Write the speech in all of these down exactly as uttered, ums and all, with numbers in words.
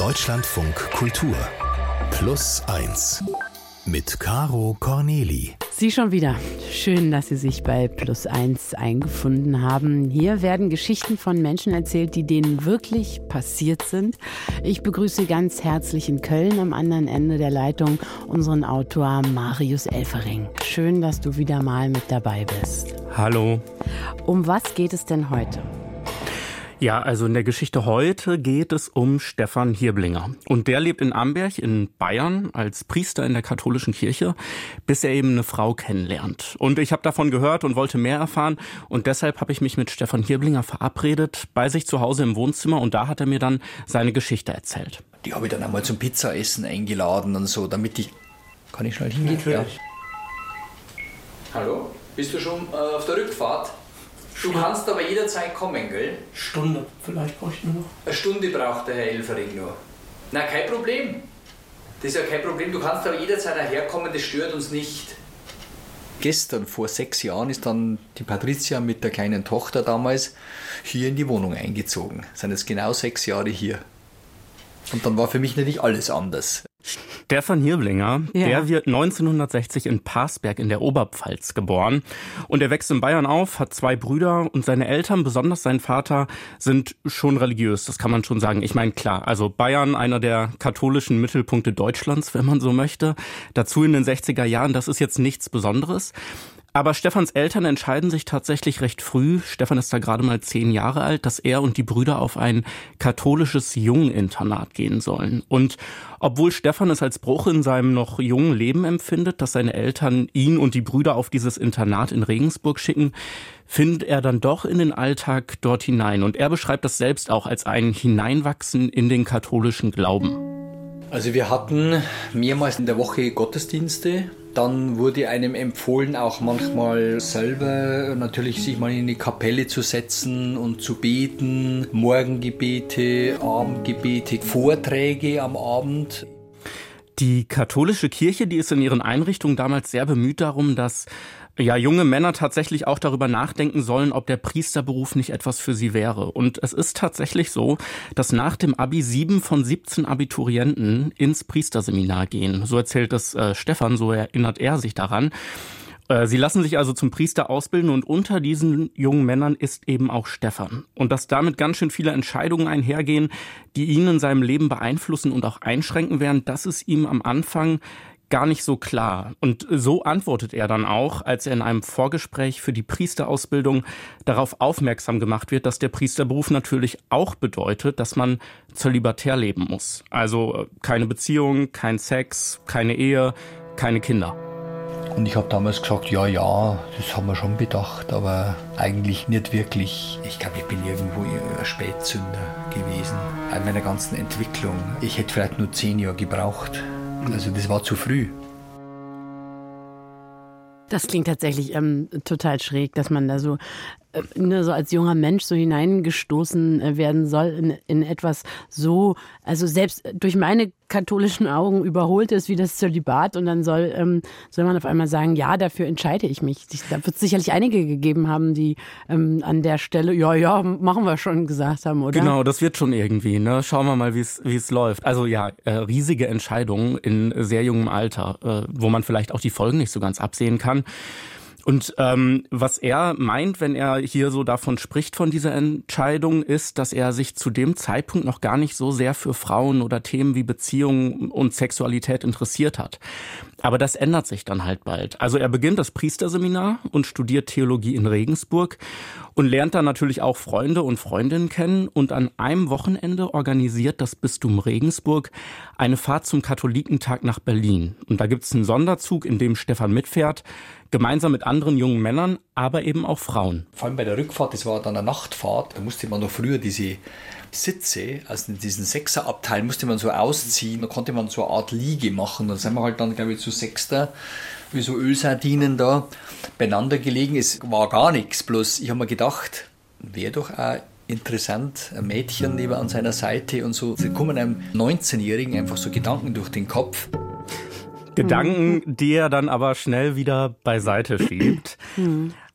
Deutschlandfunk Kultur Plus eins mit Caro Corneli. Sie schon wieder. Schön, dass Sie sich bei Plus eins eingefunden haben. Hier werden Geschichten von Menschen erzählt, die denen wirklich passiert sind. Ich begrüße ganz herzlich in Köln am anderen Ende der Leitung unseren Autor Marius Elfering. Schön, dass du wieder mal mit dabei bist. Hallo. Um was geht es denn heute? Ja, also in der Geschichte heute geht es um Stefan Hirblinger. Und der lebt in Amberg in Bayern als Priester in der katholischen Kirche, bis er eben eine Frau kennenlernt. Und ich habe davon gehört und wollte mehr erfahren. Und deshalb habe ich mich mit Stefan Hirblinger verabredet, bei sich zu Hause im Wohnzimmer. Und da hat er mir dann seine Geschichte erzählt. Die habe ich dann einmal zum Pizzaessen eingeladen und so, damit ich... Kann ich schnell hingehen? Ja. Hallo? Bist du schon äh, auf der Rückfahrt? Du kannst aber jederzeit kommen, gell? Stunde, vielleicht bräuchten wir noch. Eine Stunde braucht der Herr Elfering nur. Na, kein Problem. Das ist ja kein Problem. Du kannst aber jederzeit herkommen, das stört uns nicht. Gestern, vor sechs Jahren, ist dann die Patricia mit der kleinen Tochter damals hier in die Wohnung eingezogen. Sind jetzt genau sechs Jahre hier. Und dann war für mich natürlich alles anders. Stefan Hirblinger, ja. der wird neunzehnhundertsechzig in Parsberg in der Oberpfalz geboren. Und er wächst in Bayern auf, hat zwei Brüder und seine Eltern, besonders sein Vater, sind schon religiös, das kann man schon sagen. Ich meine, klar, also Bayern, einer der katholischen Mittelpunkte Deutschlands, wenn man so möchte. Dazu in den sechziger Jahren, das ist jetzt nichts Besonderes. Aber Stefans Eltern entscheiden sich tatsächlich recht früh, Stefan ist da gerade mal zehn Jahre alt, dass er und die Brüder auf ein katholisches Jungeninternat gehen sollen. Und obwohl Stefan es als Bruch in seinem noch jungen Leben empfindet, dass seine Eltern ihn und die Brüder auf dieses Internat in Regensburg schicken, findet er dann doch in den Alltag dort hinein. Und er beschreibt das selbst auch als ein Hineinwachsen in den katholischen Glauben. Also wir hatten mehrmals in der Woche Gottesdienste. Dann wurde einem empfohlen, auch manchmal selber natürlich sich mal in eine Kapelle zu setzen und zu beten. Morgengebete, Abendgebete, Vorträge am Abend. Die katholische Kirche, die ist in ihren Einrichtungen damals sehr bemüht darum, dass ja junge Männer tatsächlich auch darüber nachdenken sollen, ob der Priesterberuf nicht etwas für sie wäre. Und es ist tatsächlich so, dass nach dem Abi sieben von siebzehn Abiturienten ins Priesterseminar gehen. So erzählt es äh, Stefan, so erinnert er sich daran. Äh, sie lassen sich also zum Priester ausbilden und unter diesen jungen Männern ist eben auch Stefan. Und dass damit ganz schön viele Entscheidungen einhergehen, die ihn in seinem Leben beeinflussen und auch einschränken werden, das ist ihm am Anfang gar nicht so klar. Und so antwortet er dann auch, als er in einem Vorgespräch für die Priesterausbildung darauf aufmerksam gemacht wird, dass der Priesterberuf natürlich auch bedeutet, dass man zölibatär leben muss. Also keine Beziehung, kein Sex, keine Ehe, keine Kinder. Und ich habe damals gesagt, ja, ja, das haben wir schon bedacht, aber eigentlich nicht wirklich. Ich glaube, ich bin irgendwo ein Spätzünder gewesen an meiner ganzen Entwicklung. Ich hätte vielleicht nur zehn Jahre gebraucht. Also das war zu früh. Das klingt tatsächlich ähm, total schräg, dass man da so, äh, nur so als junger Mensch so hineingestoßen äh, werden soll in, in etwas so, also selbst durch meine katholischen Augen überholt ist wie das Zölibat und dann soll, ähm, soll man auf einmal sagen, ja, dafür entscheide ich mich. Da wird es sicherlich einige gegeben haben, die ähm, an der Stelle, ja, ja, machen wir schon, gesagt haben, oder? Genau, das wird schon irgendwie, ne? Schauen wir mal, wie es wie es läuft. Also ja, äh, riesige Entscheidungen in sehr jungem Alter, äh, wo man vielleicht auch die Folgen nicht so ganz absehen kann. Und ähm, was er meint, wenn er hier so davon spricht, von dieser Entscheidung, ist, dass er sich zu dem Zeitpunkt noch gar nicht so sehr für Frauen oder Themen wie Beziehungen und Sexualität interessiert hat. Aber das ändert sich dann halt bald. Also er beginnt das Priesterseminar und studiert Theologie in Regensburg und lernt dann natürlich auch Freunde und Freundinnen kennen. Und an einem Wochenende organisiert das Bistum Regensburg eine Fahrt zum Katholikentag nach Berlin. Und da gibt es einen Sonderzug, in dem Stefan mitfährt, gemeinsam mit anderen jungen Männern, aber eben auch Frauen. Vor allem bei der Rückfahrt, das war dann eine Nachtfahrt, da musste man noch früher diese Sitze, also in diesen Sechserabteil musste man so ausziehen, da konnte man so eine Art Liege machen. Da sind wir halt dann, glaube ich, zu Sechster, wie so Ölsardinen da beieinander gelegen. Es war gar nichts, bloß ich habe mir gedacht, wäre doch auch interessant, ein Mädchen neben an seiner Seite und so. Da kommen einem neunzehnjährigen einfach so Gedanken durch den Kopf. Gedanken, die er dann aber schnell wieder beiseite schiebt.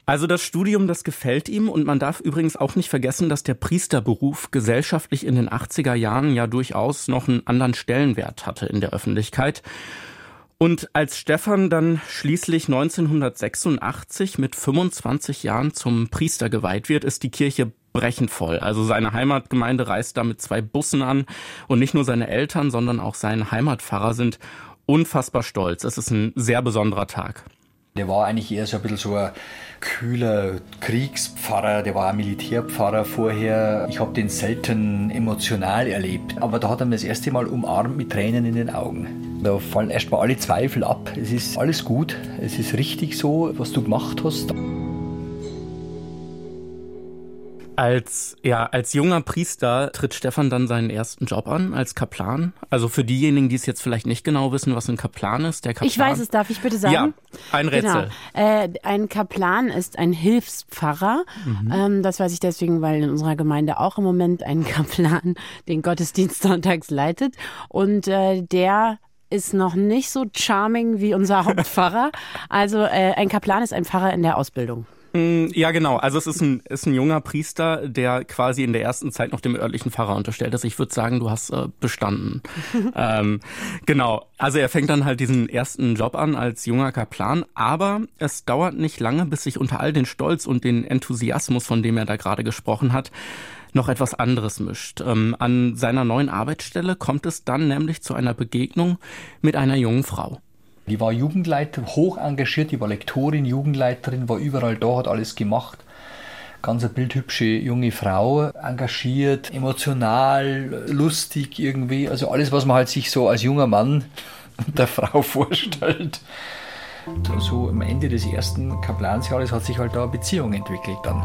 Also das Studium, das gefällt ihm, und man darf übrigens auch nicht vergessen, dass der Priesterberuf gesellschaftlich in den achtziger Jahren ja durchaus noch einen anderen Stellenwert hatte in der Öffentlichkeit. Und als Stefan dann schließlich neunzehnhundertsechsundachtzig mit fünfundzwanzig Jahren zum Priester geweiht wird, ist die Kirche brechend voll. Also seine Heimatgemeinde reist da mit zwei Bussen an, und nicht nur seine Eltern, sondern auch sein Heimatpfarrer sind unfassbar stolz. Es ist ein sehr besonderer Tag. Der war eigentlich eher so ein bisschen so ein kühler Kriegspfarrer, der war ein Militärpfarrer vorher. Ich habe den selten emotional erlebt, aber da hat er mich das erste Mal umarmt mit Tränen in den Augen. Da fallen erst mal alle Zweifel ab. Es ist alles gut, es ist richtig so, was du gemacht hast. Als, ja, als junger Priester tritt Stefan dann seinen ersten Job an, als Kaplan. Also für diejenigen, die es jetzt vielleicht nicht genau wissen, was ein Kaplan ist. Der Kaplan, ich weiß es, darf ich bitte sagen? Ja, ein Rätsel. Genau. Äh, ein Kaplan ist ein Hilfspfarrer. Mhm. Ähm, das weiß ich deswegen, weil in unserer Gemeinde auch im Moment ein Kaplan den Gottesdienst sonntags leitet. Und äh, der ist noch nicht so charming wie unser Hauptpfarrer. Also äh, ein Kaplan ist ein Pfarrer in der Ausbildung. Ja, genau. Also es ist ein, ist ein junger Priester, der quasi in der ersten Zeit noch dem örtlichen Pfarrer unterstellt ist. Ich würde sagen, du hast äh, bestanden. ähm, genau. Also er fängt dann halt diesen ersten Job an als junger Kaplan. Aber es dauert nicht lange, bis sich unter all den Stolz und den Enthusiasmus, von dem er da gerade gesprochen hat, noch etwas anderes mischt. Ähm, an seiner neuen Arbeitsstelle kommt es dann nämlich zu einer Begegnung mit einer jungen Frau. Die war Jugendleiter, hoch engagiert, die war Lektorin, Jugendleiterin, war überall da, hat alles gemacht. Ganz eine bildhübsche junge Frau, engagiert, emotional, lustig irgendwie. Also alles, was man halt sich so als junger Mann der Frau vorstellt. So am Ende des ersten Kaplansjahres hat sich halt da eine Beziehung entwickelt dann.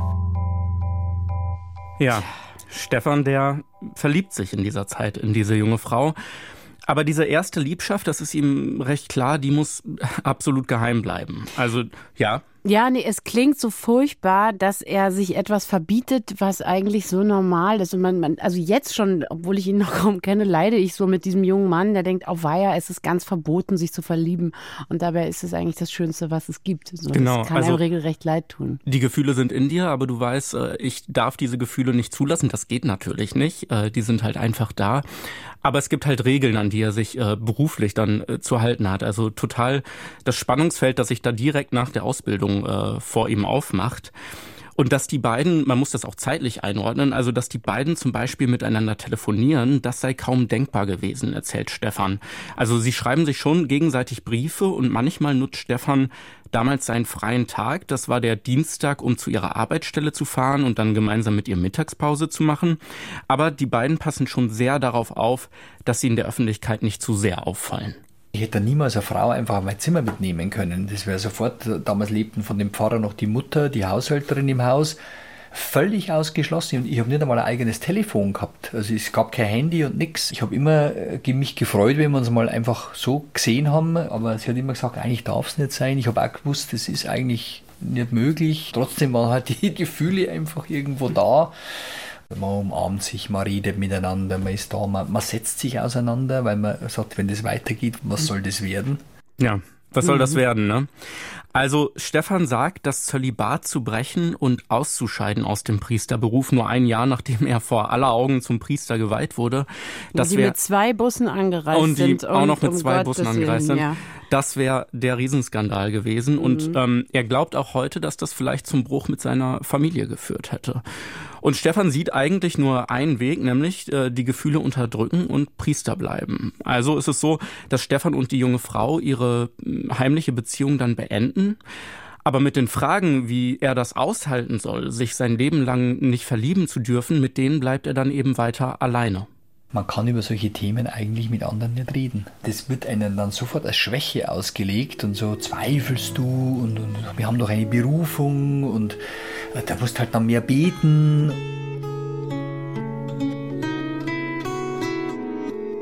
Ja, Stefan, der verliebt sich in dieser Zeit in diese junge Frau. Aber diese erste Liebschaft, das ist ihm recht klar, die muss absolut geheim bleiben. Also, ja. Ja, nee, es klingt so furchtbar, dass er sich etwas verbietet, was eigentlich so normal ist. Und man, man, also jetzt schon, obwohl ich ihn noch kaum kenne, leide ich so mit diesem jungen Mann, der denkt, auf Weiher, es ist ganz verboten, sich zu verlieben. Und dabei ist es eigentlich das Schönste, was es gibt. So, genau. Das kann also, einem regelrecht leid tun. Die Gefühle sind in dir, aber du weißt, ich darf diese Gefühle nicht zulassen. Das geht natürlich nicht. Die sind halt einfach da. Aber es gibt halt Regeln, an die er sich äh, beruflich dann äh, zu halten hat. Also total das Spannungsfeld, das sich da direkt nach der Ausbildung äh, vor ihm aufmacht. Und dass die beiden, man muss das auch zeitlich einordnen, also dass die beiden zum Beispiel miteinander telefonieren, das sei kaum denkbar gewesen, erzählt Stefan. Also sie schreiben sich schon gegenseitig Briefe, und manchmal nutzt Stefan damals seinen freien Tag, das war der Dienstag, um zu ihrer Arbeitsstelle zu fahren und dann gemeinsam mit ihr Mittagspause zu machen. Aber die beiden passen schon sehr darauf auf, dass sie in der Öffentlichkeit nicht zu sehr auffallen. Ich hätte niemals eine Frau einfach auf mein Zimmer mitnehmen können. Das wäre sofort, damals lebten von dem Pfarrer noch die Mutter, die Haushälterin im Haus, völlig ausgeschlossen. Und ich habe nicht einmal ein eigenes Telefon gehabt. Also es gab kein Handy und nichts. Ich habe immer mich gefreut, wenn wir uns mal einfach so gesehen haben. Aber sie hat immer gesagt, eigentlich darf es nicht sein. Ich habe auch gewusst, das ist eigentlich nicht möglich. Trotzdem waren halt die Gefühle einfach irgendwo da. Man umarmt sich, man redet miteinander, man ist da, man, man setzt sich auseinander, weil man sagt, wenn das weitergeht, was soll das werden? Ja, was soll das werden, ne? Also Stefan sagt, das Zölibat zu brechen und auszuscheiden aus dem Priesterberuf, nur ein Jahr nachdem er vor aller Augen zum Priester geweiht wurde. Das die wär, mit zwei Bussen angereist und die sind. Und auch noch mit um zwei Gott Bussen angereist sind. Ja. Das wäre der Riesenskandal gewesen. Mhm. Und ähm, er glaubt auch heute, dass das vielleicht zum Bruch mit seiner Familie geführt hätte. Und Stefan sieht eigentlich nur einen Weg, nämlich äh, die Gefühle unterdrücken und Priester bleiben. Also ist es so, dass Stefan und die junge Frau ihre äh, heimliche Beziehung dann beenden. Aber mit den Fragen, wie er das aushalten soll, sich sein Leben lang nicht verlieben zu dürfen, mit denen bleibt er dann eben weiter alleine. Man kann über solche Themen eigentlich mit anderen nicht reden. Das wird einem dann sofort als Schwäche ausgelegt und so zweifelst du und, und wir haben doch eine Berufung und da musst du halt dann mehr beten.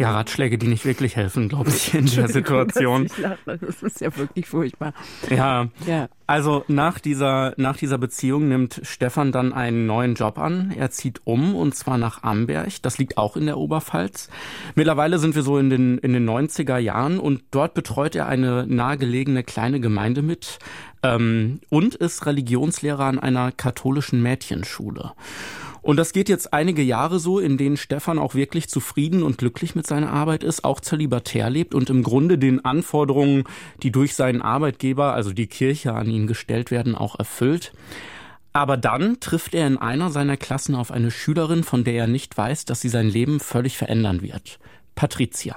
Ja, Ratschläge, die nicht wirklich helfen, glaube ich, in der Situation. Ich lache. Das ist ja wirklich furchtbar. Ja, ja. Also nach dieser, nach dieser Beziehung nimmt Stefan dann einen neuen Job an. Er zieht um, und zwar nach Amberg. Das liegt auch in der Oberpfalz. Mittlerweile sind wir so in den, in den neunziger Jahren, und dort betreut er eine nahegelegene kleine Gemeinde mit ähm, und ist Religionslehrer an einer katholischen Mädchenschule. Und das geht jetzt einige Jahre so, in denen Stefan auch wirklich zufrieden und glücklich mit seiner Arbeit ist, auch zölibatär lebt und im Grunde den Anforderungen, die durch seinen Arbeitgeber, also die Kirche, an ihn gestellt werden, auch erfüllt. Aber dann trifft er in einer seiner Klassen auf eine Schülerin, von der er nicht weiß, dass sie sein Leben völlig verändern wird. Patricia.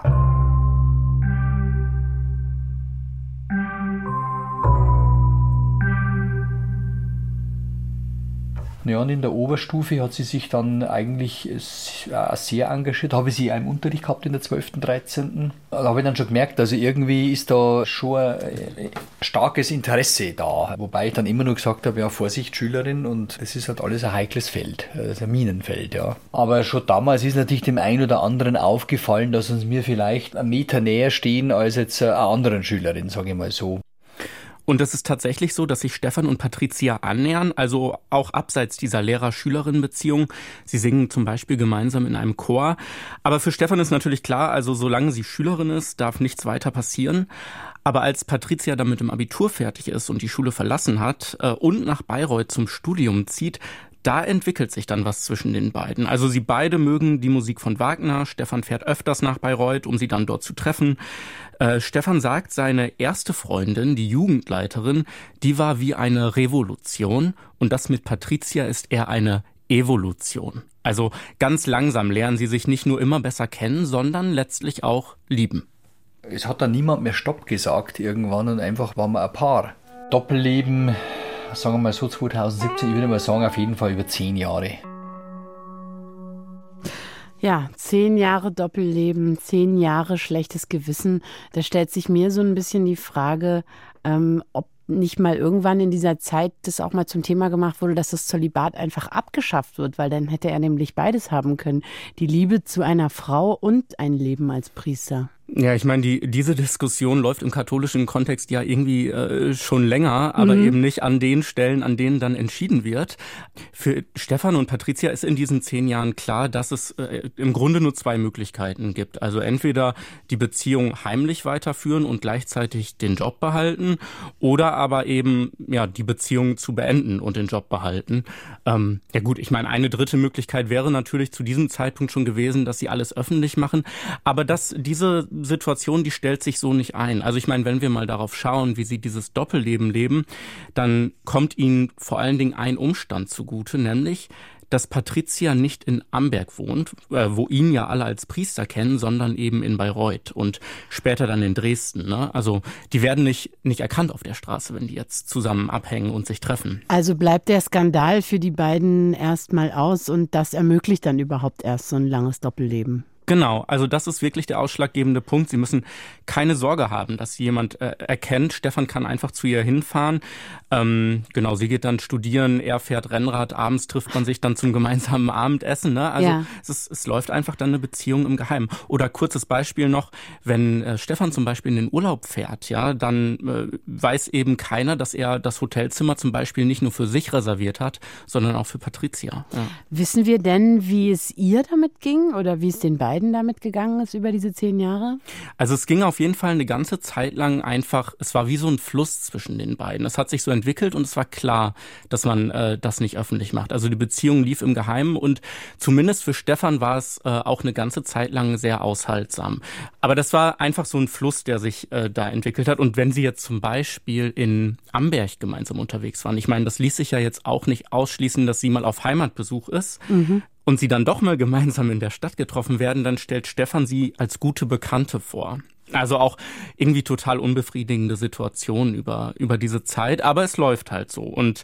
Ja, und in der Oberstufe hat sie sich dann eigentlich sehr engagiert. Da habe ich sie auch im Unterricht gehabt in der zwölften, dreizehnten Da habe ich dann schon gemerkt, also irgendwie ist da schon ein starkes Interesse da. Wobei ich dann immer nur gesagt habe, ja, Vorsicht, Schülerin, und das ist halt alles ein heikles Feld, das ist ein Minenfeld, ja. Aber schon damals ist natürlich dem einen oder anderen aufgefallen, dass uns mir vielleicht einen Meter näher stehen als jetzt einer anderen Schülerin, sage ich mal so. Und es ist tatsächlich so, dass sich Stefan und Patricia annähern, also auch abseits dieser Lehrer-Schülerin-Beziehung. Sie singen zum Beispiel gemeinsam in einem Chor. Aber für Stefan ist natürlich klar, also solange sie Schülerin ist, darf nichts weiter passieren. Aber als Patricia dann mit dem Abitur fertig ist und die Schule verlassen hat äh, und nach Bayreuth zum Studium zieht, da entwickelt sich dann was zwischen den beiden. Also sie beide mögen die Musik von Wagner. Stefan fährt öfters nach Bayreuth, um sie dann dort zu treffen. Äh, Stefan sagt, seine erste Freundin, die Jugendleiterin, die war wie eine Revolution. Und das mit Patricia ist eher eine Evolution. Also ganz langsam lernen sie sich nicht nur immer besser kennen, sondern letztlich auch lieben. Es hat dann niemand mehr Stopp gesagt irgendwann, und einfach waren wir ein Paar. Doppelleben, sagen wir mal so zweitausendsiebzehn, ich würde mal sagen, auf jeden Fall über zehn Jahre. Ja, zehn Jahre Doppelleben, zehn Jahre schlechtes Gewissen. Da stellt sich mir so ein bisschen die Frage, ähm, ob nicht mal irgendwann in dieser Zeit das auch mal zum Thema gemacht wurde, dass das Zölibat einfach abgeschafft wird, weil dann hätte er nämlich beides haben können. Die Liebe zu einer Frau und ein Leben als Priester. Ja, ich meine, die, diese Diskussion läuft im katholischen Kontext ja irgendwie äh, schon länger, aber mhm. eben nicht an den Stellen, an denen dann entschieden wird. Für Stefan und Patricia ist in diesen zehn Jahren klar, dass es äh, im Grunde nur zwei Möglichkeiten gibt. Also entweder die Beziehung heimlich weiterführen und gleichzeitig den Job behalten, oder aber eben ja die Beziehung zu beenden und den Job behalten. Ähm, ja gut, ich meine, eine dritte Möglichkeit wäre natürlich zu diesem Zeitpunkt schon gewesen, dass sie alles öffentlich machen, aber dass diese Situation, die stellt sich so nicht ein. Also ich meine, wenn wir mal darauf schauen, wie sie dieses Doppelleben leben, dann kommt ihnen vor allen Dingen ein Umstand zugute, nämlich, dass Patricia nicht in Amberg wohnt, äh, wo ihn ja alle als Priester kennen, sondern eben in Bayreuth und später dann in Dresden. Ne? Also die werden nicht, nicht erkannt auf der Straße, wenn die jetzt zusammen abhängen und sich treffen. Also bleibt der Skandal für die beiden erstmal aus, und das ermöglicht dann überhaupt erst so ein langes Doppelleben. Genau, also das ist wirklich der ausschlaggebende Punkt. Sie müssen keine Sorge haben, dass sie jemand äh, erkennt. Stefan kann einfach zu ihr hinfahren. Ähm, genau, sie geht dann studieren, er fährt Rennrad, abends trifft man sich dann zum gemeinsamen Abendessen. Ne? Also ja. es, ist, es läuft einfach dann eine Beziehung im Geheimen. Oder kurzes Beispiel noch, wenn äh, Stefan zum Beispiel in den Urlaub fährt, ja, dann äh, weiß eben keiner, dass er das Hotelzimmer zum Beispiel nicht nur für sich reserviert hat, sondern auch für Patricia. Ja. Wissen wir denn, wie es ihr damit ging oder wie es den beiden damit gegangen ist über diese zehn Jahre? Also es ging auf jeden Fall eine ganze Zeit lang einfach, es war wie so ein Fluss zwischen den beiden. Es hat sich so entwickelt und es war klar, dass man äh, das nicht öffentlich macht. Also die Beziehung lief im Geheimen und zumindest für Stefan war es äh, auch eine ganze Zeit lang sehr aushaltsam. Aber das war einfach so ein Fluss, der sich äh, da entwickelt hat. Und wenn sie jetzt zum Beispiel in Amberg gemeinsam unterwegs waren, ich meine, das ließ sich ja jetzt auch nicht ausschließen, dass sie mal auf Heimatbesuch ist, mhm. und sie dann doch mal gemeinsam in der Stadt getroffen werden, dann stellt Stefan sie als gute Bekannte vor. Also auch irgendwie total unbefriedigende Situationen über, über diese Zeit, aber es läuft halt so. Und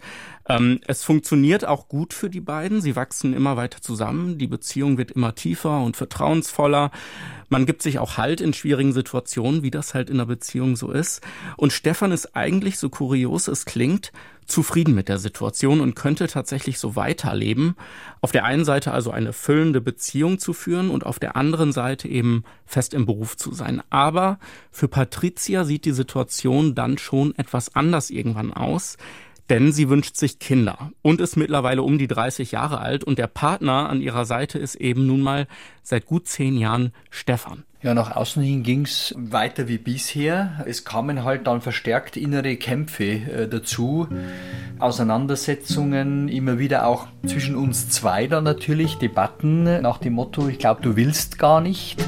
Ähm, es funktioniert auch gut für die beiden. Sie wachsen immer weiter zusammen. Die Beziehung wird immer tiefer und vertrauensvoller. Man gibt sich auch Halt in schwierigen Situationen, wie das halt in einer Beziehung so ist. Und Stefan ist eigentlich, so kurios es klingt, zufrieden mit der Situation und könnte tatsächlich so weiterleben. Auf der einen Seite also eine füllende Beziehung zu führen und auf der anderen Seite eben fest im Beruf zu sein. Aber für Patricia sieht die Situation dann schon etwas anders irgendwann aus. Denn sie wünscht sich Kinder und ist mittlerweile um die dreißig Jahre alt und der Partner an ihrer Seite ist eben nun mal seit gut zehn Jahren Stefan. Ja, nach außen hin ging's weiter wie bisher. Es kamen halt dann verstärkt innere Kämpfe äh, dazu, Auseinandersetzungen, immer wieder auch zwischen uns zwei dann natürlich, Debatten nach dem Motto, ich glaube, du willst gar nicht.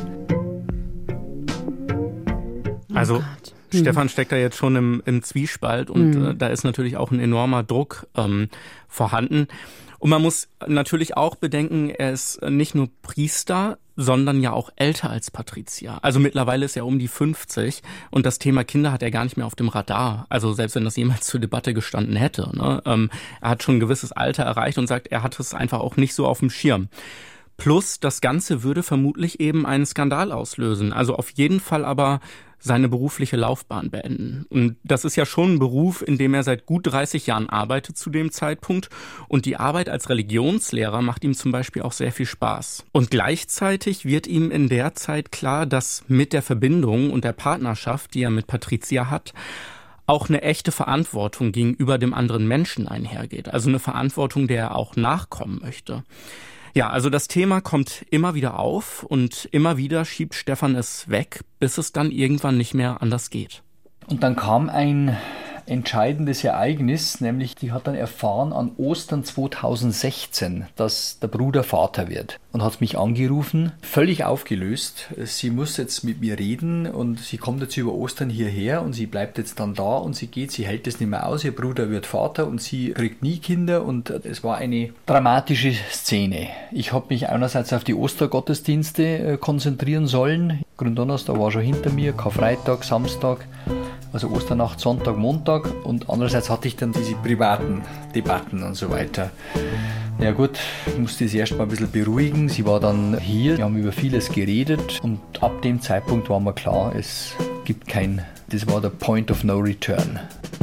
Also Oh Stefan steckt da jetzt schon im, im Zwiespalt und mhm. äh, da ist natürlich auch ein enormer Druck ähm, vorhanden. Und man muss natürlich auch bedenken, er ist nicht nur Priester, sondern ja auch älter als Patricia. Also mittlerweile ist er um die fünfzig und das Thema Kinder hat er gar nicht mehr auf dem Radar. Also selbst wenn das jemals zur Debatte gestanden hätte. Ne? Ähm, er hat schon ein gewisses Alter erreicht und sagt, er hat es einfach auch nicht so auf dem Schirm. Plus, das Ganze würde vermutlich eben einen Skandal auslösen. Also auf jeden Fall aber seine berufliche Laufbahn beenden. Und das ist ja schon ein Beruf, in dem er seit gut dreißig Jahren arbeitet zu dem Zeitpunkt. Und die Arbeit als Religionslehrer macht ihm zum Beispiel auch sehr viel Spaß. Und gleichzeitig wird ihm in der Zeit klar, dass mit der Verbindung und der Partnerschaft, die er mit Patricia hat, auch eine echte Verantwortung gegenüber dem anderen Menschen einhergeht. Also eine Verantwortung, der er auch nachkommen möchte. Ja, also das Thema kommt immer wieder auf und immer wieder schiebt Stefan es weg, bis es dann irgendwann nicht mehr anders geht. Und dann kam ein entscheidendes Ereignis, nämlich die hat dann erfahren an Ostern zweitausendsechzehn, dass der Bruder Vater wird und hat mich angerufen, völlig aufgelöst. Sie muss jetzt mit mir reden und sie kommt jetzt über Ostern hierher und sie bleibt jetzt dann da und sie geht, sie hält es nicht mehr aus, ihr Bruder wird Vater und sie kriegt nie Kinder und es war eine dramatische Szene. Ich habe mich einerseits auf die Ostergottesdienste konzentrieren sollen. Gründonnerstag war schon hinter mir, Karfreitag, Samstag, also Osternacht, Sonntag, Montag und andererseits hatte ich dann diese privaten Debatten und so weiter. Ja gut, ich musste sie erst mal ein bisschen beruhigen. Sie war dann hier, wir haben über vieles geredet und ab dem Zeitpunkt war mir klar, es gibt kein, das war der Point of No Return.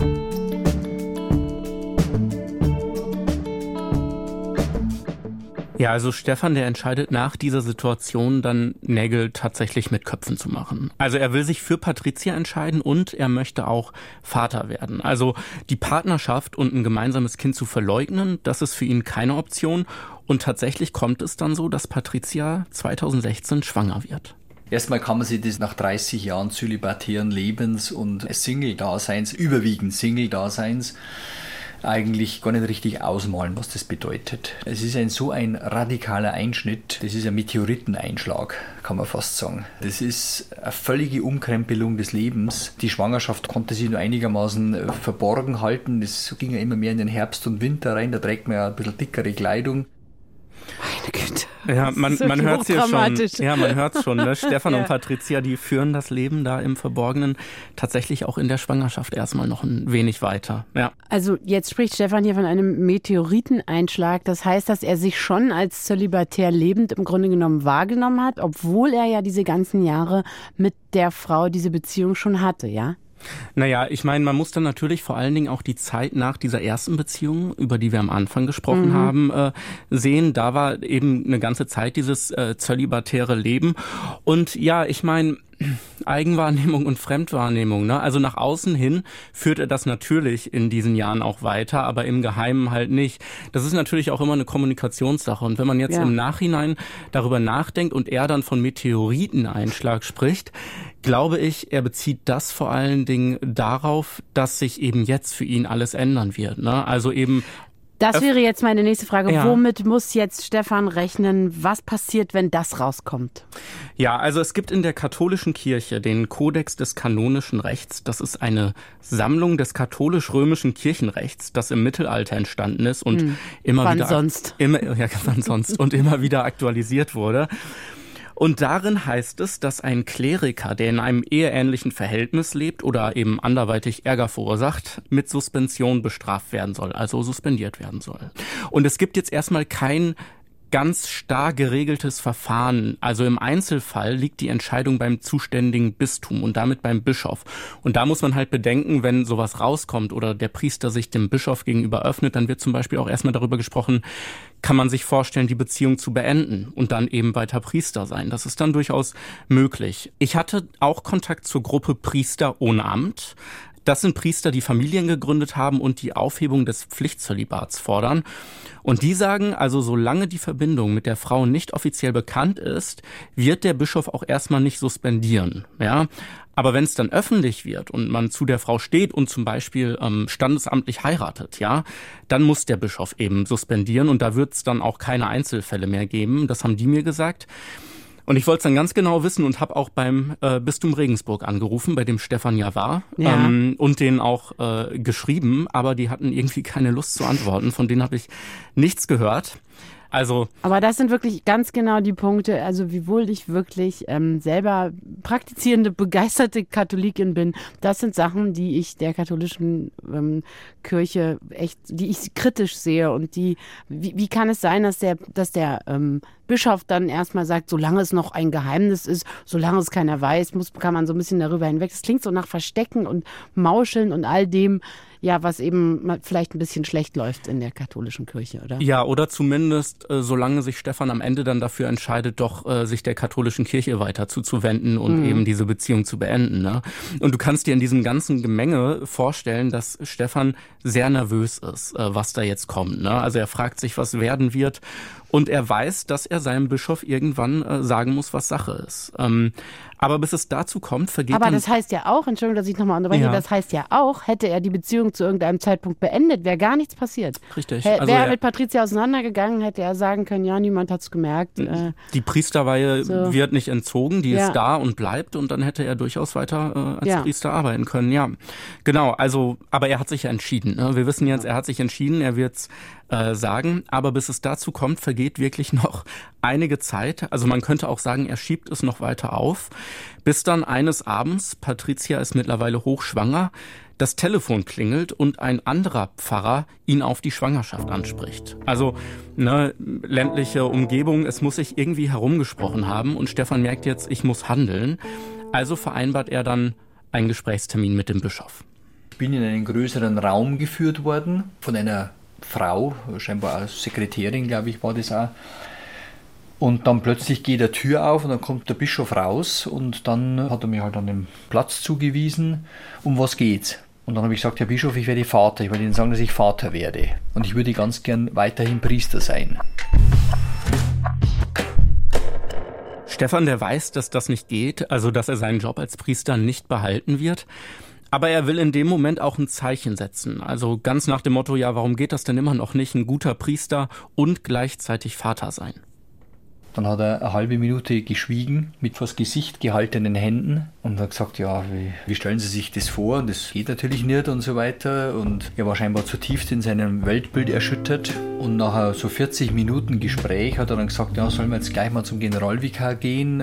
Ja, also Stefan, der entscheidet nach dieser Situation dann Nägel tatsächlich mit Köpfen zu machen. Also er will sich für Patricia entscheiden und er möchte auch Vater werden. Also die Partnerschaft und ein gemeinsames Kind zu verleugnen, das ist für ihn keine Option. Und tatsächlich kommt es dann so, dass Patricia zweitausendsechzehn schwanger wird. Erstmal kann man sich das nach dreißig Jahren zölibatären Lebens und Single-Daseins, überwiegend Single-Daseins, eigentlich gar nicht richtig ausmalen, was das bedeutet. Es ist ein so ein radikaler Einschnitt, das ist ein Meteoriteneinschlag, kann man fast sagen. Das ist eine völlige Umkrempelung des Lebens. Die Schwangerschaft konnte sich nur einigermaßen verborgen halten. Das ging ja immer mehr in den Herbst und Winter rein, da trägt man ja ein bisschen dickere Kleidung. Meine Güte. Ja, man, man hört es hier schon. Ja, man hört es schon. Ne? Stefan ja. und Patricia, die führen das Leben da im Verborgenen tatsächlich auch in der Schwangerschaft erstmal noch ein wenig weiter. Ja. Also jetzt spricht Stefan hier von einem Meteoriteneinschlag. Das heißt, dass er sich schon als zölibatär lebend im Grunde genommen wahrgenommen hat, obwohl er ja diese ganzen Jahre mit der Frau diese Beziehung schon hatte, ja? Naja, ich meine, man muss dann natürlich vor allen Dingen auch die Zeit nach dieser ersten Beziehung, über die wir am Anfang gesprochen mhm. haben, äh, sehen. Da war eben eine ganze Zeit dieses äh, zölibatäre Leben. Und ja, ich meine, Eigenwahrnehmung und Fremdwahrnehmung, ne? Also nach außen hin führt er das natürlich in diesen Jahren auch weiter, aber im Geheimen halt nicht. Das ist natürlich auch immer eine Kommunikationssache. Und wenn man jetzt ja. im Nachhinein darüber nachdenkt und er dann von Meteoriteneinschlag spricht, glaube ich, er bezieht das vor allen Dingen darauf, dass sich eben jetzt für ihn alles ändern wird, ne? Also eben Das wäre jetzt meine nächste Frage. Ja. Womit muss jetzt Stefan rechnen? Was passiert, wenn das rauskommt? Ja, also es gibt in der katholischen Kirche den Kodex des kanonischen Rechts. Das ist eine Sammlung des katholisch-römischen Kirchenrechts, das im Mittelalter entstanden ist und hm. immer wann wieder sonst? Immer, ja, wann sonst und immer wieder aktualisiert wurde. Und darin heißt es, dass ein Kleriker, der in einem eheähnlichen Verhältnis lebt oder eben anderweitig Ärger verursacht, mit Suspension bestraft werden soll, also suspendiert werden soll. Und es gibt jetzt erstmal kein ganz starr geregeltes Verfahren. Also im Einzelfall liegt die Entscheidung beim zuständigen Bistum und damit beim Bischof. Und da muss man halt bedenken, wenn sowas rauskommt oder der Priester sich dem Bischof gegenüber öffnet, dann wird zum Beispiel auch erstmal darüber gesprochen, kann man sich vorstellen, die Beziehung zu beenden und dann eben weiter Priester sein. Das ist dann durchaus möglich. Ich hatte auch Kontakt zur Gruppe Priester ohne Amt. Das sind Priester, die Familien gegründet haben und die Aufhebung des Pflichtzölibats fordern. Und die sagen, also solange die Verbindung mit der Frau nicht offiziell bekannt ist, wird der Bischof auch erstmal nicht suspendieren. Ja? Aber wenn es dann öffentlich wird und man zu der Frau steht und zum Beispiel ähm, standesamtlich heiratet, ja, dann muss der Bischof eben suspendieren und da wird es dann auch keine Einzelfälle mehr geben. Das haben die mir gesagt. Und ich wollte es dann ganz genau wissen und habe auch beim äh, Bistum Regensburg angerufen, bei dem Stefan ja war, ja. Ähm, und denen auch äh, geschrieben, aber die hatten irgendwie keine Lust zu antworten, von denen habe ich nichts gehört. Also, aber das sind wirklich ganz genau die Punkte, also wiewohl ich wirklich ähm, selber praktizierende, begeisterte Katholikin bin, das sind Sachen, die ich der katholischen ähm, Kirche echt, die ich kritisch sehe und die, wie, wie kann es sein, dass der, dass der ähm, Bischof dann erstmal sagt, solange es noch ein Geheimnis ist, solange es keiner weiß, muss, kann man so ein bisschen darüber hinweg. Das klingt so nach Verstecken und Mauscheln und all dem, ja, was eben vielleicht ein bisschen schlecht läuft in der katholischen Kirche, oder? Ja, oder zumindest, äh, solange sich Stefan am Ende dann dafür entscheidet, doch äh, sich der katholischen Kirche weiter zuzuwenden und mhm. eben diese Beziehung zu beenden. Ne? Und du kannst dir in diesem ganzen Gemenge vorstellen, dass Stefan sehr nervös ist, äh, was da jetzt kommt. Ne? Also er fragt sich, was werden wird. Und er weiß, dass er seinem Bischof irgendwann äh, sagen muss, was Sache ist. Ähm, aber bis es dazu kommt, vergeht Aber dann... das heißt ja auch, Entschuldigung, dass ich nochmal unterbreche, ja. das heißt ja auch, hätte er die Beziehung zu irgendeinem Zeitpunkt beendet, wäre gar nichts passiert. Richtig. H- also wäre er er, mit Patricia auseinandergegangen, hätte er sagen können, ja, niemand hat's gemerkt. Äh, die Priesterweihe so. wird nicht entzogen, die ja. ist da und bleibt und dann hätte er durchaus weiter äh, als ja. Priester arbeiten können. Ja, genau. Also, aber er hat sich ja entschieden. Ne? Wir wissen jetzt, er hat sich entschieden, er wird's äh, sagen. Aber bis es dazu kommt, vergeht wirklich noch einige Zeit. Also man könnte auch sagen, er schiebt es noch weiter auf, bis dann eines Abends, Patricia ist mittlerweile hochschwanger, das Telefon klingelt und ein anderer Pfarrer ihn auf die Schwangerschaft anspricht. Also ne, ländliche Umgebung, es muss sich irgendwie herumgesprochen haben und Stefan merkt jetzt, ich muss handeln. Also vereinbart er dann einen Gesprächstermin mit dem Bischof. Ich bin in einen größeren Raum geführt worden von einer Frau, scheinbar als Sekretärin, glaube ich, war das auch. Und dann plötzlich geht eine Tür auf und dann kommt der Bischof raus und dann hat er mir halt an den Platz zugewiesen, um was geht's. Und dann habe ich gesagt, Herr Bischof, ich werde Vater, ich wollte Ihnen sagen, dass ich Vater werde und ich würde ganz gern weiterhin Priester sein. Stefan, der weiß, dass das nicht geht, also dass er seinen Job als Priester nicht behalten wird. Aber er will in dem Moment auch ein Zeichen setzen. Also ganz nach dem Motto, ja, warum geht das denn immer noch nicht, ein guter Priester und gleichzeitig Vater sein? Dann hat er eine halbe Minute geschwiegen, mit vors Gesicht gehaltenen Händen und hat gesagt, ja, wie, wie stellen Sie sich das vor? Und das geht natürlich nicht und so weiter. Und er war scheinbar zutiefst in seinem Weltbild erschüttert. Und nach so vierzig Minuten Gespräch hat er dann gesagt, ja, sollen wir jetzt gleich mal zum Generalvikar gehen?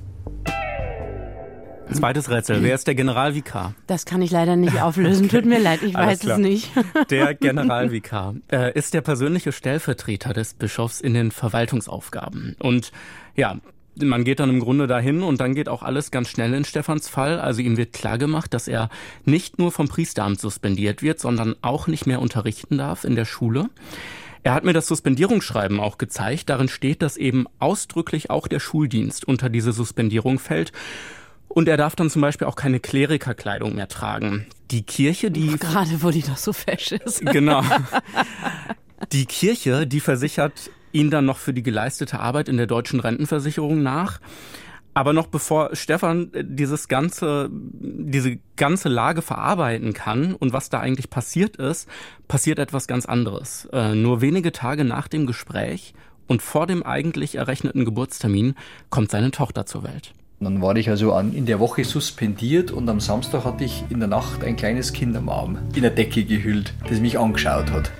Zweites Rätsel. Wer ist der Generalvikar? Das kann ich leider nicht auflösen. Tut mir leid, ich weiß es nicht. Der Generalvikar äh, ist der persönliche Stellvertreter des Bischofs in den Verwaltungsaufgaben. Und ja, man geht dann im Grunde dahin und dann geht auch alles ganz schnell in Stefans Fall. Also ihm wird klargemacht, dass er nicht nur vom Priesteramt suspendiert wird, sondern auch nicht mehr unterrichten darf in der Schule. Er hat mir das Suspendierungsschreiben auch gezeigt. Darin steht, dass eben ausdrücklich auch der Schuldienst unter diese Suspendierung fällt. Und er darf dann zum Beispiel auch keine Klerikerkleidung mehr tragen. Die Kirche, die... Gerade wo die doch so fesch ist. Genau. Die Kirche, die versichert ihn dann noch für die geleistete Arbeit in der deutschen Rentenversicherung nach. Aber noch bevor Stefan dieses ganze, diese ganze Lage verarbeiten kann und was da eigentlich passiert ist, passiert etwas ganz anderes. Äh, nur wenige Tage nach dem Gespräch und vor dem eigentlich errechneten Geburtstermin kommt seine Tochter zur Welt. Dann war ich also an, in der Woche suspendiert und am Samstag hatte ich in der Nacht ein kleines Kind am Arm, in der Decke gehüllt, das mich angeschaut hat.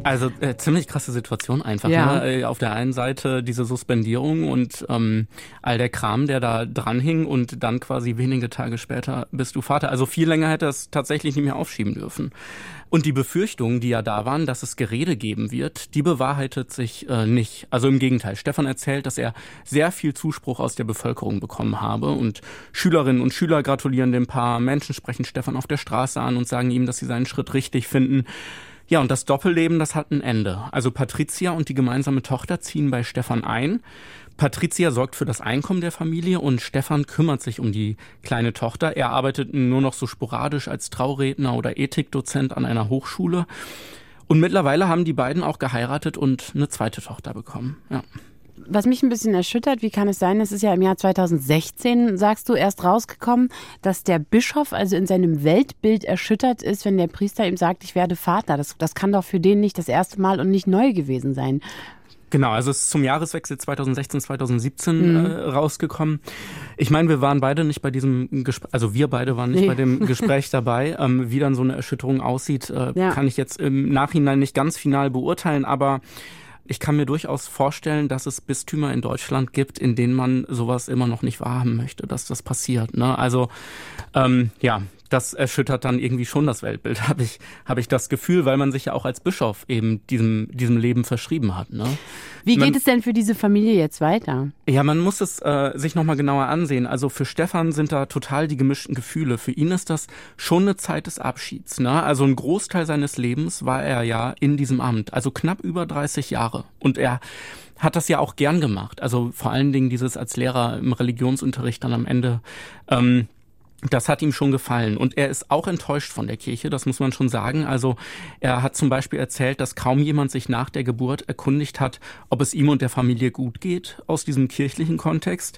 Also äh, ziemlich krasse Situation einfach. Ja. Ne? Auf der einen Seite diese Suspendierung und ähm, all der Kram, der da dran hing und dann quasi wenige Tage später bist du Vater. Also viel länger hätte es tatsächlich nicht mehr aufschieben dürfen. Und die Befürchtungen, die ja da waren, dass es Gerede geben wird, die bewahrheitet sich äh, nicht. Also im Gegenteil. Stefan erzählt, dass er sehr viel Zuspruch aus der Bevölkerung bekommen habe und Schülerinnen und Schüler gratulieren dem Paar, Menschen sprechen Stefan auf der Straße an und sagen ihm, dass sie seinen Schritt richtig finden. Ja, und das Doppelleben, das hat ein Ende. Also Patricia und die gemeinsame Tochter ziehen bei Stefan ein. Patricia sorgt für das Einkommen der Familie und Stefan kümmert sich um die kleine Tochter. Er arbeitet nur noch so sporadisch als Trauredner oder Ethikdozent an einer Hochschule. Und mittlerweile haben die beiden auch geheiratet und eine zweite Tochter bekommen. Ja. Was mich ein bisschen erschüttert, wie kann es sein, es ist ja im Jahr zweitausendsechzehn, sagst du, erst rausgekommen, dass der Bischof also in seinem Weltbild erschüttert ist, wenn der Priester ihm sagt, ich werde Vater. Das, das kann doch für den nicht das erste Mal und nicht neu gewesen sein. Genau, also es ist zum Jahreswechsel zweitausendsechzehn, zweitausendsiebzehn mhm. äh, rausgekommen. Ich meine, wir waren beide nicht bei diesem Gespräch, also wir beide waren nicht nee. bei dem Gespräch dabei. Ähm, wie dann so eine Erschütterung aussieht, äh, ja. kann ich jetzt im Nachhinein nicht ganz final beurteilen, aber ich kann mir durchaus vorstellen, dass es Bistümer in Deutschland gibt, in denen man sowas immer noch nicht wahrhaben möchte, dass das passiert. Ne? Also ähm, ja, das erschüttert dann irgendwie schon das Weltbild, habe ich, hab ich das Gefühl, weil man sich ja auch als Bischof eben diesem, diesem Leben verschrieben hat. Ne? Wie geht man, es denn für diese Familie jetzt weiter? Ja, man muss es äh, sich nochmal genauer ansehen. Also für Stefan sind da total die gemischten Gefühle. Für ihn ist das schon eine Zeit des Abschieds. Ne? Also ein Großteil seines Lebens war er ja in diesem Amt, also knapp über dreißig Jahre. Und er hat das ja auch gern gemacht. Also vor allen Dingen dieses als Lehrer im Religionsunterricht dann am Ende. Ähm, Das hat ihm schon gefallen. Und er ist auch enttäuscht von der Kirche, das muss man schon sagen. Also er hat zum Beispiel erzählt, dass kaum jemand sich nach der Geburt erkundigt hat, ob es ihm und der Familie gut geht, aus diesem kirchlichen Kontext.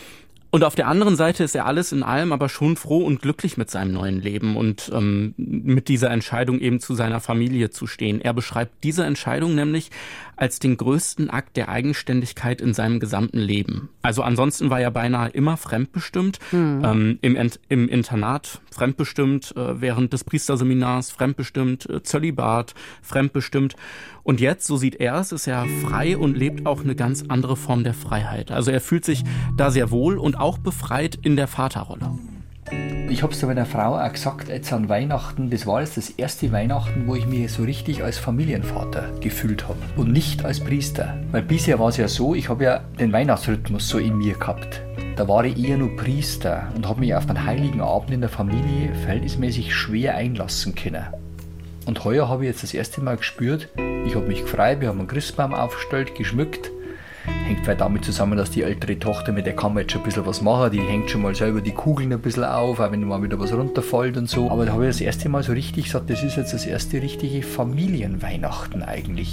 Und auf der anderen Seite ist er alles in allem aber schon froh und glücklich mit seinem neuen Leben und ähm, mit dieser Entscheidung eben zu seiner Familie zu stehen. Er beschreibt diese Entscheidung nämlich als den größten Akt der Eigenständigkeit in seinem gesamten Leben. Also ansonsten war er beinahe immer fremdbestimmt, mhm. ähm, im, im Internat fremdbestimmt, äh, während des Priesterseminars fremdbestimmt, äh, Zölibat fremdbestimmt. Und jetzt, so sieht er es, ist er frei und lebt auch eine ganz andere Form der Freiheit. Also er fühlt sich da sehr wohl und auch befreit in der Vaterrolle. Ich habe es da meiner Frau auch gesagt, jetzt an Weihnachten, das war jetzt das erste Weihnachten, wo ich mich so richtig als Familienvater gefühlt habe und nicht als Priester. Weil bisher war es ja so, ich habe ja den Weihnachtsrhythmus so in mir gehabt. Da war ich eher nur Priester und habe mich auf den heiligen Abend in der Familie verhältnismäßig schwer einlassen können. Und heuer habe ich jetzt das erste Mal gespürt, ich habe mich gefreut, wir haben einen Christbaum aufgestellt, geschmückt. Hängt vielleicht damit zusammen, dass die ältere Tochter, mit der kann man jetzt schon ein bisschen was machen, die hängt schon mal selber die Kugeln ein bisschen auf, auch wenn mal wieder was runterfällt und so. Aber da habe ich das erste Mal so richtig gesagt, das ist jetzt das erste richtige Familienweihnachten eigentlich.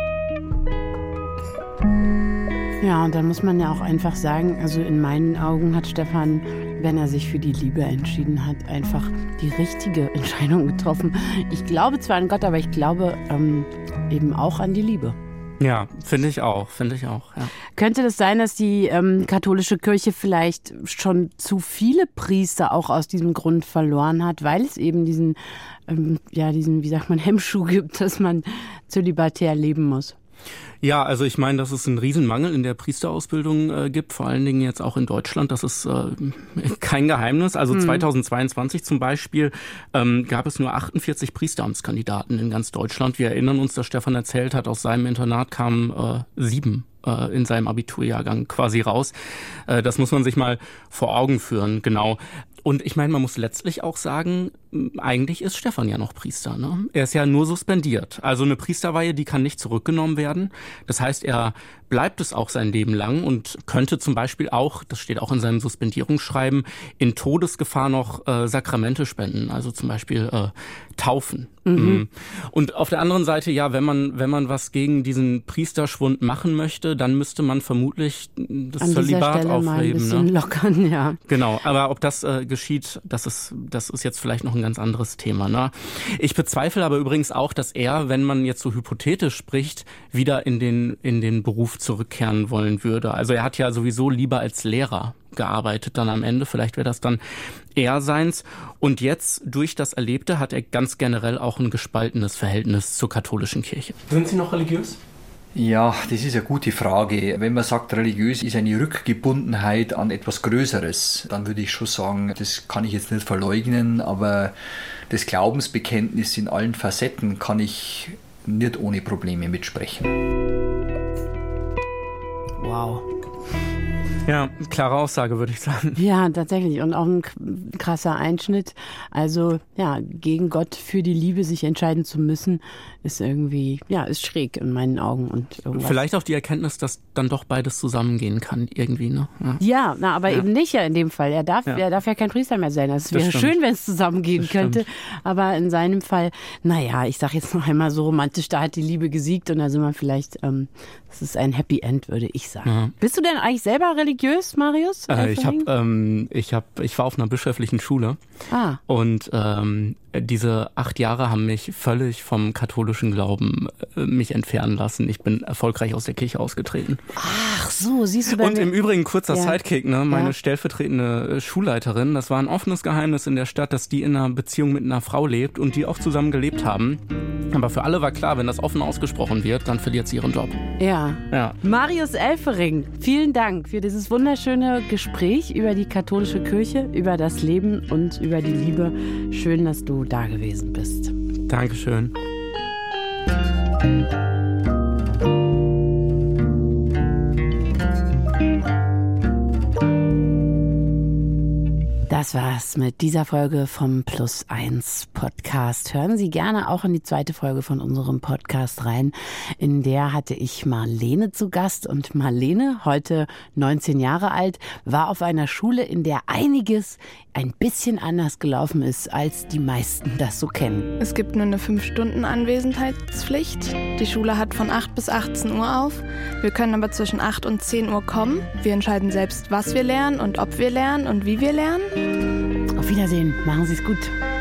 Ja, und dann muss man ja auch einfach sagen, also in meinen Augen hat Stefan, wenn er sich für die Liebe entschieden hat, einfach die richtige Entscheidung getroffen. Ich glaube zwar an Gott, aber ich glaube ähm, eben auch an die Liebe. Ja, finde ich auch, finde ich auch, ja. Könnte das sein, dass die ähm, katholische Kirche vielleicht schon zu viele Priester auch aus diesem Grund verloren hat, weil es eben diesen, ähm, ja, diesen, wie sagt man, Hemmschuh gibt, dass man zölibatär leben muss? Ja, also ich meine, dass es einen Riesenmangel in der Priesterausbildung äh, gibt, vor allen Dingen jetzt auch in Deutschland. Das ist äh, kein Geheimnis. Also hm. zweitausendzweiundzwanzig zum Beispiel ähm, gab es nur achtundvierzig Priesteramtskandidaten in ganz Deutschland. Wir erinnern uns, dass Stefan erzählt hat, aus seinem Internat kamen äh, sieben äh, in seinem Abiturjahrgang quasi raus. Äh, das muss man sich mal vor Augen führen, genau. Und ich meine, man muss letztlich auch sagen, eigentlich ist Stefan ja noch Priester. Ne? Er ist ja nur suspendiert. Also eine Priesterweihe, die kann nicht zurückgenommen werden. Das heißt, er bleibt es auch sein Leben lang und könnte zum Beispiel auch, das steht auch in seinem Suspendierungsschreiben, in Todesgefahr noch äh, Sakramente spenden, also zum Beispiel äh, taufen. Mhm. Und auf der anderen Seite, ja, wenn man wenn man was gegen diesen Priesterschwund machen möchte, dann müsste man vermutlich das Zölibat aufheben. Mal ein bisschen ne? lockern, ja. Genau, aber ob das äh, geschieht, das ist das ist jetzt vielleicht noch ein ganz anderes Thema. Ne? Ich bezweifle aber übrigens auch, dass er, wenn man jetzt so hypothetisch spricht, wieder in den in den Beruf zurückkehren wollen würde. Also er hat ja sowieso lieber als Lehrer gearbeitet dann am Ende. Vielleicht wäre das dann eher seins. Und jetzt, durch das Erlebte, hat er ganz generell auch ein gespaltenes Verhältnis zur katholischen Kirche. Sind Sie noch religiös? Ja, das ist eine gute Frage. Wenn man sagt, religiös ist eine Rückgebundenheit an etwas Größeres, dann würde ich schon sagen, das kann ich jetzt nicht verleugnen, aber das Glaubensbekenntnis in allen Facetten kann ich nicht ohne Probleme mitsprechen. Wow. Ja, klare Aussage, würde ich sagen. Ja, tatsächlich. Und auch ein krasser Einschnitt. Also, ja, gegen Gott für die Liebe sich entscheiden zu müssen, ist irgendwie, ja, ist schräg in meinen Augen. Und irgendwas. Vielleicht auch die Erkenntnis, dass dann doch beides zusammengehen kann, irgendwie, ne? Ja, ja na, aber ja. eben nicht ja in dem Fall. Er darf ja, er darf ja kein Priester mehr sein. Es wäre schön, wenn es zusammengehen das könnte. Stimmt. Aber in seinem Fall, naja, ich sage jetzt noch einmal so romantisch, da hat die Liebe gesiegt und da sind wir vielleicht, ähm, das ist ein Happy End, würde ich sagen. Ja. Bist du denn eigentlich selber religiös, Marius? Äh, ich, hab, ähm, ich, hab, ich war auf einer bischöflichen Schule ah. und ähm, diese acht Jahre haben mich völlig vom katholischen Glauben äh, mich entfernen lassen. Ich bin erfolgreich aus der Kirche ausgetreten. Ach so, siehst du bei Und mir. im Übrigen, kurzer ja. Sidekick, ne, meine ja. stellvertretende Schulleiterin, das war ein offenes Geheimnis in der Stadt, dass die in einer Beziehung mit einer Frau lebt und die auch zusammen gelebt haben. Aber für alle war klar, wenn das offen ausgesprochen wird, dann verliert sie ihren Job. Ja. ja. Marius Elfering, vielen Dank für dieses wunderschöne Gespräch über die katholische Kirche, über das Leben und über die Liebe. Schön, dass du da gewesen bist. Dankeschön. Das war's mit dieser Folge vom Plus eins Podcast. Hören Sie gerne auch in die zweite Folge von unserem Podcast rein. In der hatte ich Marlene zu Gast und Marlene, heute neunzehn Jahre alt, war auf einer Schule, in der einiges ein bisschen anders gelaufen ist, als die meisten das so kennen. Es gibt nur eine fünf Stunden Anwesenheitspflicht. Die Schule hat von acht bis achtzehn Uhr auf. Wir können aber zwischen acht und zehn Uhr kommen. Wir entscheiden selbst, was wir lernen und ob wir lernen und wie wir lernen. Auf Wiedersehen. Machen Sie es gut.